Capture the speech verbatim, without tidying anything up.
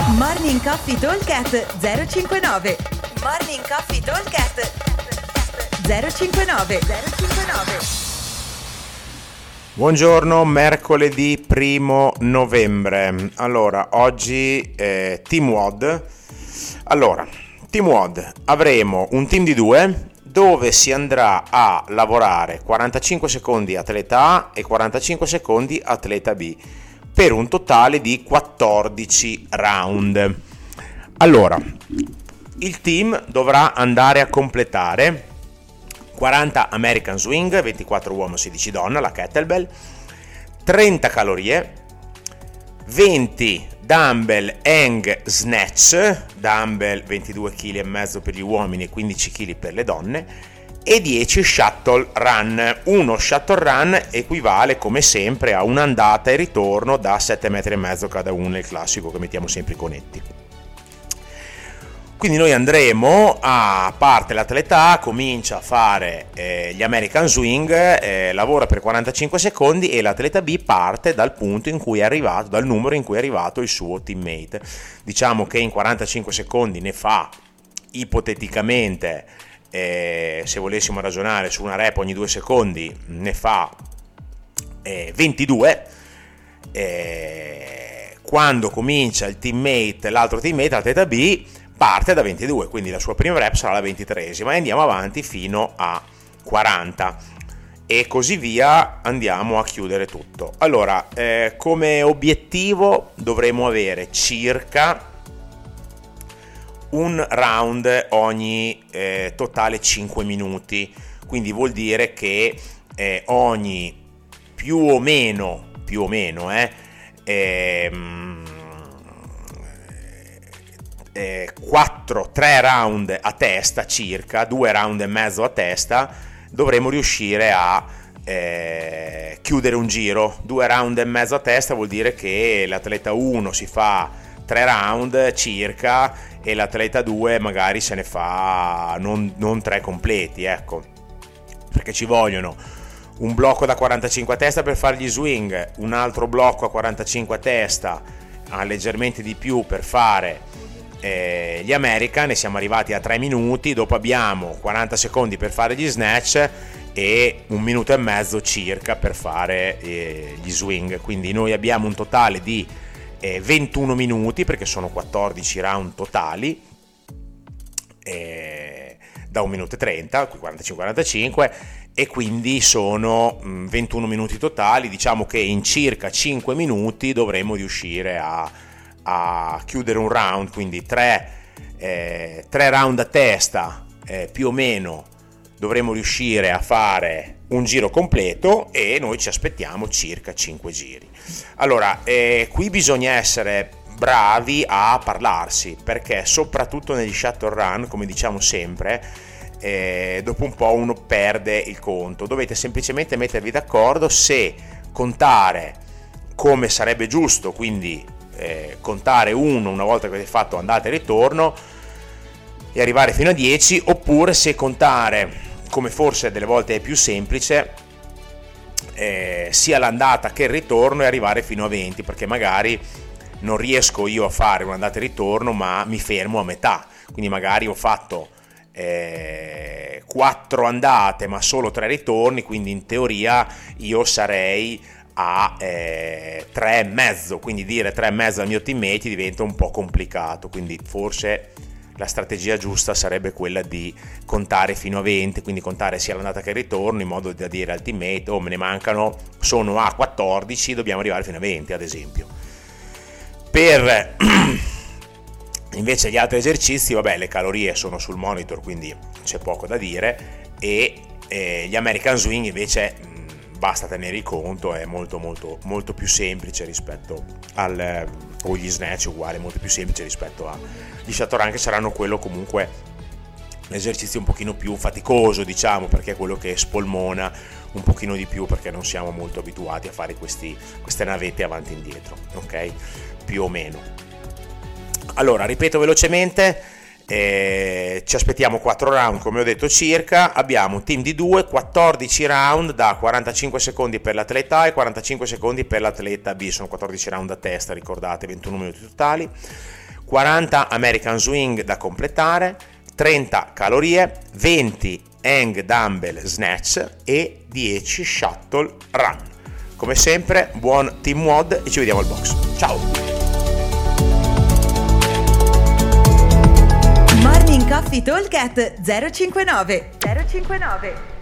Morning Coffee Talkcast zero cinquantanove. Morning Coffee Talkcast zero cinquantanove. zero cinquantanove. Buongiorno, mercoledì primo novembre. Allora, oggi eh, Team W O D. Allora, Team W O D, avremo un team di due dove si andrà a lavorare quarantacinque secondi atleta A e quarantacinque secondi atleta B, per un totale di quattordici round. Allora, il team dovrà andare a completare quaranta American Swing, ventiquattro uomo, sedici donna, la kettlebell, trenta calorie, venti dumbbell hang snatch, dumbbell ventidue virgola cinque chili per gli uomini e quindici chili per le donne, e dieci shuttle run. Uno shuttle run equivale come sempre a un'andata e ritorno da sette metri e mezzo cada uno, il classico che mettiamo sempre i conetti. Quindi noi andremo, a parte l'atleta A comincia a fare eh, gli American Swing, eh, lavora per quarantacinque secondi, e l'atleta B parte dal punto in cui è arrivato, dal numero in cui è arrivato il suo teammate. Diciamo che in quarantacinque secondi ne fa ipoteticamente, eh, se volessimo ragionare su una rep ogni due secondi, ne fa eh, ventidue. Eh, quando comincia il teammate, l'altro teammate, l'atleta B, parte da ventidue, quindi la sua prima rep sarà la ventitreesima e andiamo avanti fino a quaranta e così via, andiamo a chiudere tutto. Allora, eh, come obiettivo dovremo avere circa un round ogni eh, totale cinque minuti, quindi vuol dire che eh, ogni più o meno più o meno eh, ehm, Eh, quattro tre round a testa, circa due round e mezzo a testa, dovremo riuscire a eh, chiudere un giro. Due round e mezzo a testa vuol dire che l'atleta uno si fa tre round circa e l'atleta due magari se ne fa non, non tre completi, ecco, perché ci vogliono un blocco da quarantacinque a testa per fare gli swing, un altro blocco a quarantacinque a testa, a leggermente di più per fare Eh, gli American, e siamo arrivati a tre minuti. Dopo abbiamo quaranta secondi per fare gli snatch e un minuto e mezzo circa per fare eh, gli swing, quindi noi abbiamo un totale di eh, ventuno minuti, perché sono quattordici round totali, eh, da un minuto e trenta, quarantacinque quarantacinque, e quindi sono mh, ventuno minuti totali. Diciamo che in circa cinque minuti dovremo riuscire a a chiudere un round, quindi tre, eh, tre round a testa, eh, più o meno dovremo riuscire a fare un giro completo e noi ci aspettiamo circa cinque giri. Allora, eh, qui bisogna essere bravi a parlarsi, perché soprattutto negli shuttle run, come diciamo sempre, eh, dopo un po' uno perde il conto. Dovete semplicemente mettervi d'accordo se contare come sarebbe giusto, quindi Eh, contare uno una volta che avete fatto andata e ritorno e arrivare fino a dieci, oppure se contare, come forse delle volte è più semplice, eh, sia l'andata che il ritorno, e arrivare fino a venti, perché magari non riesco io a fare un'andata e ritorno ma mi fermo a metà, quindi magari ho fatto eh, quattro andate ma solo tre ritorni, quindi in teoria io sarei a eh, tre e mezzo, quindi dire tre e mezzo al mio teammate diventa un po' complicato, quindi forse la strategia giusta sarebbe quella di contare fino a venti, quindi contare sia l'andata che il ritorno, in modo da dire al teammate: oh, me ne mancano, sono a quattordici, dobbiamo arrivare fino a venti, ad esempio. Per invece gli altri esercizi, vabbè, le calorie sono sul monitor, quindi c'è poco da dire, e eh, gli American Swing invece basta tenere conto, è molto molto molto più semplice rispetto al, o gli snatch uguale, molto più semplice rispetto agli shuttle run, che saranno quello comunque l'esercizio un pochino più faticoso, diciamo, perché è quello che spolmona un pochino di più, perché non siamo molto abituati a fare questi, queste navette avanti e indietro, ok? Più o meno. Allora, ripeto velocemente. Eh, ci aspettiamo quattro round, come ho detto circa. Abbiamo un team di due, quattordici round da quarantacinque secondi per l'atleta A e quarantacinque secondi per l'atleta B. Sono quattordici round a testa, ricordate, ventuno minuti totali. quaranta American Swing da completare, trenta calorie, venti hang dumbbell snatch e dieci shuttle run. Come sempre, buon Team W O D e ci vediamo al box. Ciao! Morning Coffee Talk at zero cinquantanove zero cinquantanove